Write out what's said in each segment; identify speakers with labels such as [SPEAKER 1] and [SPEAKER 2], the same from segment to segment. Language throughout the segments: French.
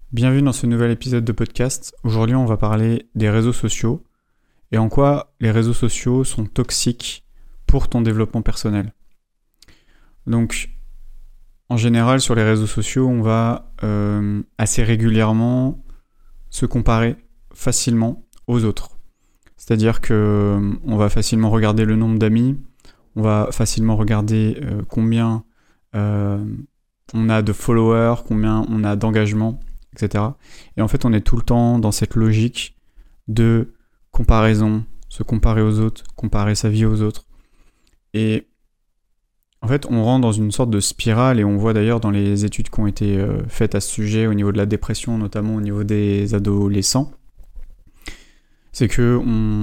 [SPEAKER 1] Bienvenue dans ce nouvel épisode de podcast. Aujourd'hui, on va parler des réseaux sociaux et en quoi les réseaux sociaux sont toxiques pour ton développement personnel. Donc, en général, sur les réseaux sociaux, on va assez régulièrement se comparer facilement aux autres. C'est-à-dire que on va facilement regarder le nombre d'amis, on va facilement regarder combien on a de followers, combien on a d'engagement, etc. Et en fait, on est tout le temps dans cette logique de comparaison, se comparer aux autres, comparer sa vie aux autres. Et en fait, on rentre dans une sorte de spirale, et on voit d'ailleurs dans les études qui ont été faites à ce sujet, au niveau de la dépression, notamment au niveau des adolescents, c'est que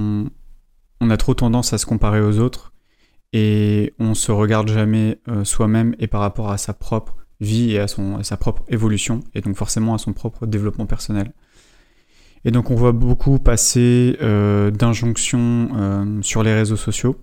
[SPEAKER 1] on a trop tendance à se comparer aux autres, et on se regarde jamais soi-même et par rapport à sa propre vie et à sa propre évolution, et donc forcément à son propre développement personnel. Et donc on voit beaucoup passer d'injonctions sur les réseaux sociaux,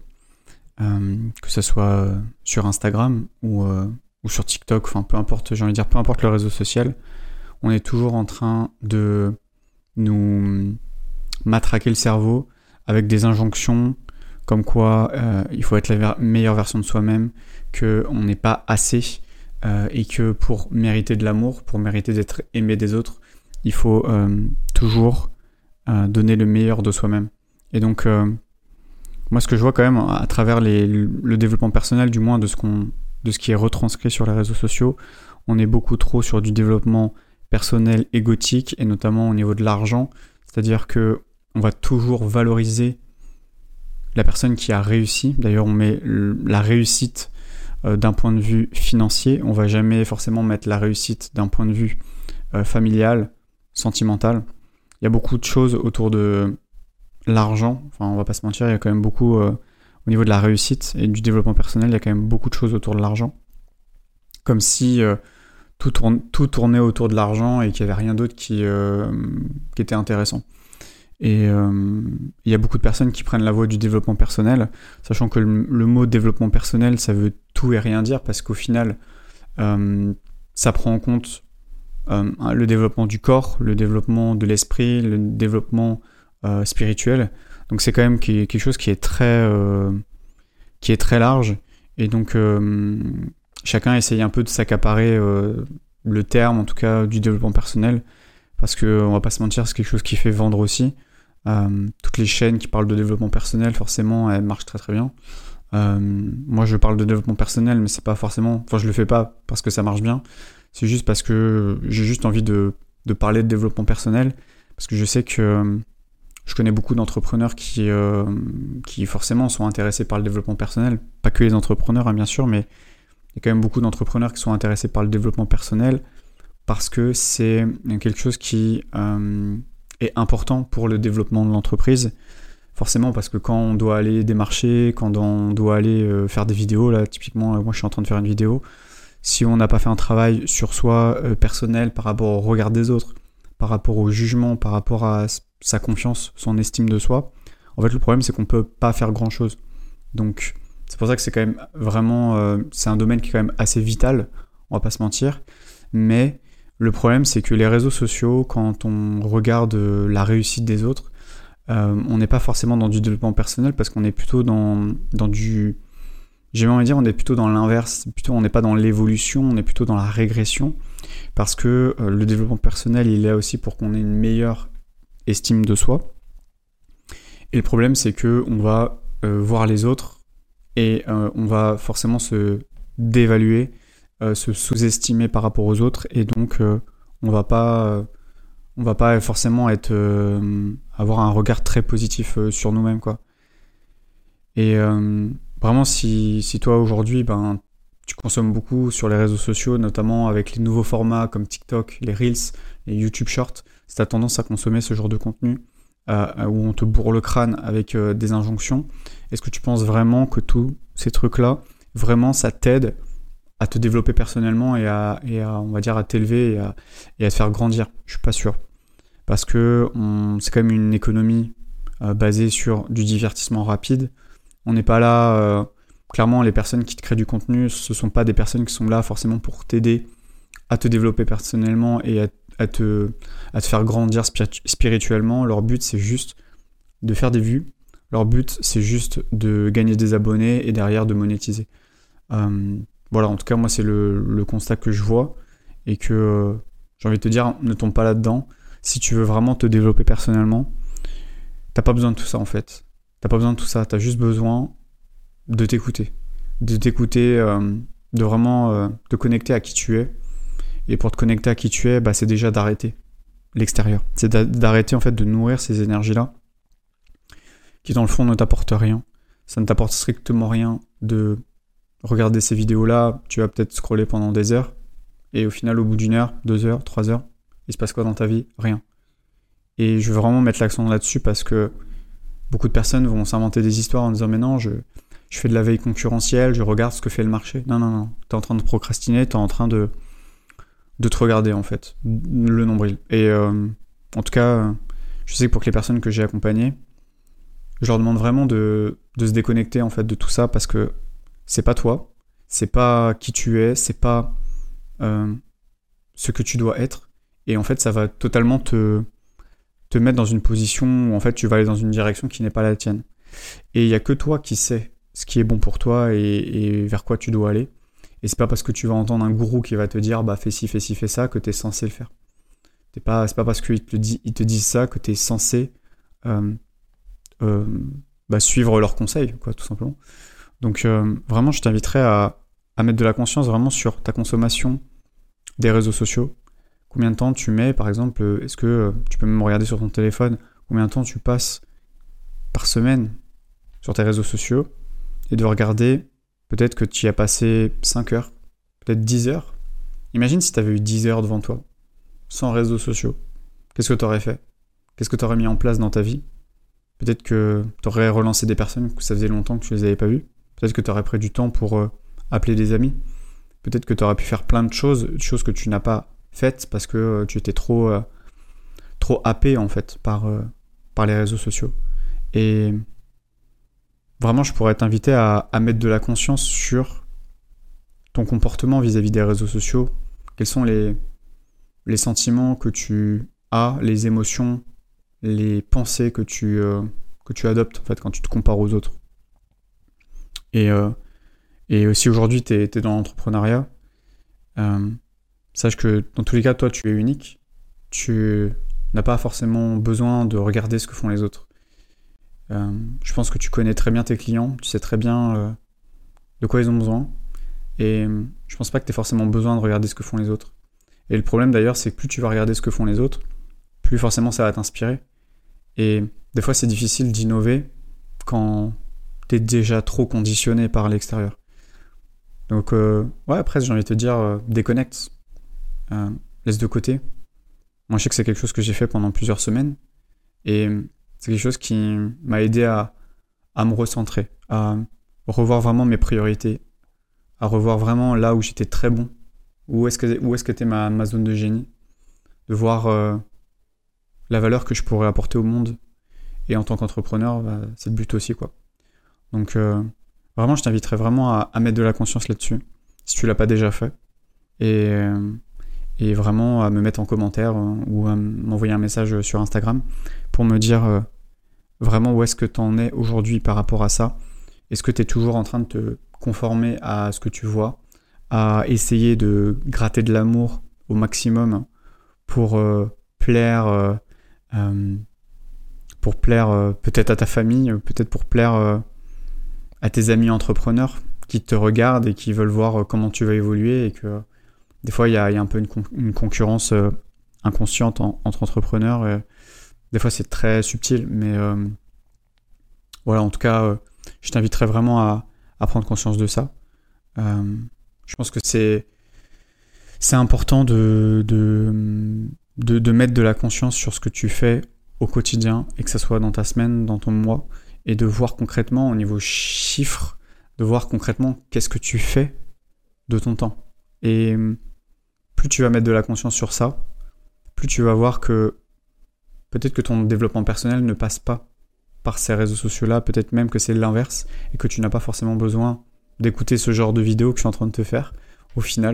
[SPEAKER 1] que ce soit sur Instagram ou sur TikTok, enfin peu importe, j'ai envie de dire peu importe le réseau social, on est toujours en train de nous matraquer le cerveau avec des injonctions comme quoi il faut être la meilleure version de soi-même, qu'on n'est pas assez, et que pour mériter de l'amour, pour mériter d'être aimé des autres, il faut toujours donner le meilleur de soi-même. Et donc, moi ce que je vois quand même à travers le développement personnel, du moins de ce qui est retranscrit sur les réseaux sociaux, on est beaucoup trop sur du développement personnel égotique, et notamment au niveau de l'argent, c'est-à-dire que on va toujours valoriser la personne qui a réussi. D'ailleurs, on met la réussite d'un point de vue financier. On va jamais forcément mettre la réussite d'un point de vue familial, sentimental. Il y a beaucoup de choses autour de l'argent. Enfin, on va pas se mentir, il y a quand même beaucoup au niveau de la réussite et du développement personnel. Il y a quand même beaucoup de choses autour de l'argent. Comme si tout tournait autour de l'argent et qu'il n'y avait rien d'autre qui était intéressant. Et il y a beaucoup de personnes qui prennent la voie du développement personnel, sachant que le mot développement personnel, ça veut tout et rien dire, parce qu'au final, ça prend en compte le développement du corps, le développement de l'esprit, le développement spirituel. Donc c'est quand même quelque chose qui est très large. Et donc chacun essaye un peu de s'accaparer le terme, en tout cas, du développement personnel, parce qu'on va pas se mentir, c'est quelque chose qui fait vendre aussi. Toutes les chaînes qui parlent de développement personnel, forcément, elles marchent très très bien. Moi, je parle de développement personnel, mais c'est pas forcément... Enfin, je le fais pas parce que ça marche bien. C'est juste parce que j'ai juste envie de parler de développement personnel, parce que je sais que je connais beaucoup d'entrepreneurs qui forcément sont intéressés par le développement personnel. Pas que les entrepreneurs, hein, bien sûr, mais il y a quand même beaucoup d'entrepreneurs qui sont intéressés par le développement personnel, parce que c'est quelque chose qui est important pour le développement de l'entreprise. Forcément, parce que quand on doit aller démarcher, quand on doit aller faire des vidéos, là typiquement moi je suis en train de faire une vidéo, si on n'a pas fait un travail sur soi personnel par rapport au regard des autres, par rapport au jugement, par rapport à sa confiance, son estime de soi, en fait le problème c'est qu'on peut pas faire grand chose. Donc c'est pour ça que c'est quand même vraiment c'est un domaine qui est quand même assez vital, on va pas se mentir, mais le problème, c'est que les réseaux sociaux, quand on regarde la réussite des autres, on n'est pas forcément dans du développement personnel, parce qu'on est plutôt dans du... J'ai envie de dire, on est plutôt dans l'inverse. Plutôt, on n'est pas dans l'évolution, on est plutôt dans la régression, parce que le développement personnel, il est là aussi pour qu'on ait une meilleure estime de soi. Et le problème, c'est que on va voir les autres, et on va forcément se dévaluer, se sous-estimer par rapport aux autres, et donc on va pas forcément avoir un regard très positif sur nous-mêmes, quoi. Et vraiment, si toi aujourd'hui tu consommes beaucoup sur les réseaux sociaux, notamment avec les nouveaux formats comme TikTok, les Reels, les YouTube Shorts, si tu as tendance à consommer ce genre de contenu où on te bourre le crâne avec des injonctions, est-ce que tu penses vraiment que tous ces trucs-là, vraiment ça t'aide à te développer personnellement et à on va dire, à t'élever et à te faire grandir? Je suis pas sûr. Parce que c'est quand même une économie basée sur du divertissement rapide. On n'est pas là... clairement, les personnes qui te créent du contenu, ce sont pas des personnes qui sont là forcément pour t'aider à te développer personnellement et à te faire grandir spirituellement. Leur but, c'est juste de faire des vues. Leur but, c'est juste de gagner des abonnés et derrière de monétiser. Voilà, en tout cas, moi, c'est le constat que je vois et que j'ai envie de te dire, ne tombe pas là-dedans. Si tu veux vraiment te développer personnellement, t'as pas besoin de tout ça, en fait. T'as pas besoin de tout ça. T'as juste besoin de t'écouter. De t'écouter, de vraiment te connecter à qui tu es. Et pour te connecter à qui tu es, c'est déjà d'arrêter l'extérieur. C'est d'arrêter, en fait, de nourrir ces énergies-là qui, dans le fond, ne t'apportent rien. Ça ne t'apporte strictement rien de regarder ces vidéos-là. Tu vas peut-être scroller pendant des heures. Et au final, au bout d'1 heure, 2 heures, 3 heures, il se passe quoi dans ta vie ? Rien. Et je veux vraiment mettre l'accent là-dessus parce que beaucoup de personnes vont s'inventer des histoires en disant « Mais non, je fais de la veille concurrentielle, je regarde ce que fait le marché. » Non. T'es en train de procrastiner, t'es en train de te regarder, en fait, le nombril. Et en tout cas, je sais que pour les personnes que j'ai accompagnées, je leur demande vraiment de se déconnecter, en fait, de tout ça parce que c'est pas toi, c'est pas qui tu es, c'est pas ce que tu dois être. Et en fait, ça va totalement te mettre dans une position où en fait tu vas aller dans une direction qui n'est pas la tienne. Et il n'y a que toi qui sais ce qui est bon pour toi et vers quoi tu dois aller. Et c'est pas parce que tu vas entendre un gourou qui va te dire fais ci, fais ça que tu es censé le faire. C'est pas parce qu'ils te disent ça que tu es censé suivre leurs conseils, quoi, tout simplement. Donc vraiment, je t'inviterais à mettre de la conscience vraiment sur ta consommation des réseaux sociaux. Combien de temps tu mets, par exemple, est-ce que tu peux même regarder sur ton téléphone, combien de temps tu passes par semaine sur tes réseaux sociaux et de regarder, peut-être que tu y as passé 5 heures, peut-être 10 heures. Imagine si tu avais eu 10 heures devant toi, sans réseaux sociaux. Qu'est-ce que tu aurais fait ? Qu'est-ce que tu aurais mis en place dans ta vie ? Peut-être que tu aurais relancé des personnes que ça faisait longtemps que tu les avais pas vues. Peut-être que tu aurais pris du temps pour appeler des amis. Peut-être que tu aurais pu faire plein de choses que tu n'as pas faites parce que tu étais trop happé en fait par les réseaux sociaux. Et vraiment, je pourrais t'inviter à mettre de la conscience sur ton comportement vis-à-vis des réseaux sociaux. Quels sont les sentiments que tu as, les émotions, les pensées que tu adoptes en fait quand tu te compares aux autres. Et aussi aujourd'hui, tu es dans l'entrepreneuriat. Sache que dans tous les cas, toi, tu es unique. Tu n'as pas forcément besoin de regarder ce que font les autres. Je pense que tu connais très bien tes clients. Tu sais très bien de quoi ils ont besoin. Et je pense pas que tu aies forcément besoin de regarder ce que font les autres. Et le problème d'ailleurs, c'est que plus tu vas regarder ce que font les autres, plus forcément ça va t'inspirer. Et des fois, c'est difficile d'innover quand tu es déjà trop conditionné par l'extérieur. Donc, après, j'ai envie de te dire, déconnecte. Laisse de côté. Moi, je sais que c'est quelque chose que j'ai fait pendant plusieurs semaines. Et c'est quelque chose qui m'a aidé à me recentrer, à revoir vraiment mes priorités, à revoir vraiment là où j'étais très bon, où est-ce que était ma zone de génie, de voir la valeur que je pourrais apporter au monde. Et en tant qu'entrepreneur, c'est le but aussi, quoi. Donc, vraiment, je t'inviterais vraiment à mettre de la conscience là-dessus, si tu l'as pas déjà fait. Et vraiment à me mettre en commentaire ou à m'envoyer un message sur Instagram pour me dire vraiment où est-ce que tu en es aujourd'hui par rapport à ça. Est-ce que tu es toujours en train de te conformer à ce que tu vois, à essayer de gratter de l'amour au maximum pour plaire peut-être à ta famille, peut-être pour plaire à tes amis entrepreneurs qui te regardent et qui veulent voir comment tu vas évoluer, et que des fois il y a un peu une concurrence inconsciente entre entrepreneurs, et des fois c'est très subtil, mais voilà, en tout cas je t'inviterais vraiment à prendre conscience de ça. Je pense que c'est important de mettre de la conscience sur ce que tu fais au quotidien, et que ça soit dans ta semaine, dans ton mois, et de voir concrètement au niveau chiffres, de voir concrètement qu'est-ce que tu fais de ton temps. Et plus tu vas mettre de la conscience sur ça, plus tu vas voir que peut-être que ton développement personnel ne passe pas par ces réseaux sociaux-là, peut-être même que c'est l'inverse, et que tu n'as pas forcément besoin d'écouter ce genre de vidéo que je suis en train de te faire, au final,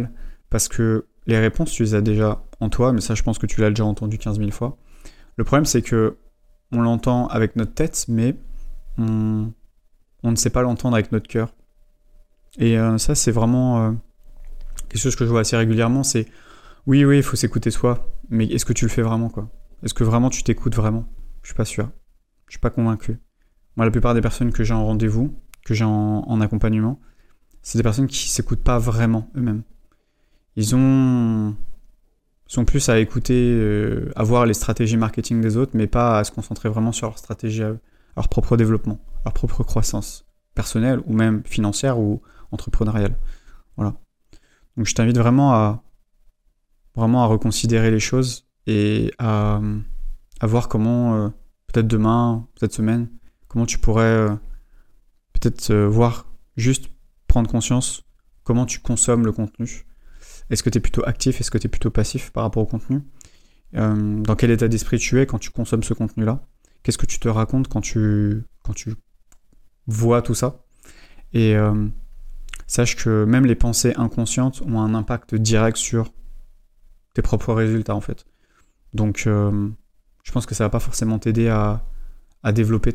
[SPEAKER 1] parce que les réponses, tu les as déjà en toi, mais ça, je pense que tu l'as déjà entendu 15 000 fois. Le problème, c'est que on l'entend avec notre tête, mais on ne sait pas l'entendre avec notre cœur. Et ça, c'est vraiment quelque chose que je vois assez régulièrement, c'est oui, il faut s'écouter soi, mais est-ce que tu le fais vraiment, quoi? Est-ce que vraiment tu t'écoutes vraiment? Je suis pas sûr. Je suis pas convaincu. Moi, la plupart des personnes que j'ai en rendez-vous, que j'ai en accompagnement, c'est des personnes qui s'écoutent pas vraiment eux-mêmes. Ils sont plus à écouter, à voir les stratégies marketing des autres, mais pas à se concentrer vraiment sur leur stratégie à eux, leur propre développement, leur propre croissance personnelle ou même financière ou entrepreneuriale. Voilà. Donc je t'invite vraiment à reconsidérer les choses et à voir comment, peut-être demain, cette semaine, comment tu pourrais peut-être voir, juste prendre conscience comment tu consommes le contenu. Est-ce que tu es plutôt actif? Est-ce que tu es plutôt passif par rapport au contenu? Dans quel état d'esprit tu es quand tu consommes ce contenu-là? Qu'est-ce que tu te racontes quand tu vois tout ça? Et sache que même les pensées inconscientes ont un impact direct sur tes propres résultats, en fait. Donc, je pense que ça va pas forcément t'aider à développer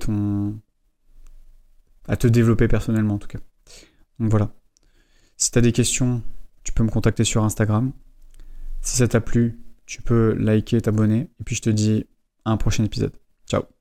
[SPEAKER 1] à te développer personnellement, en tout cas. Donc voilà. Si tu as des questions, tu peux me contacter sur Instagram. Si ça t'a plu, tu peux liker, t'abonner. Et puis je te dis à un prochain épisode. Ciao.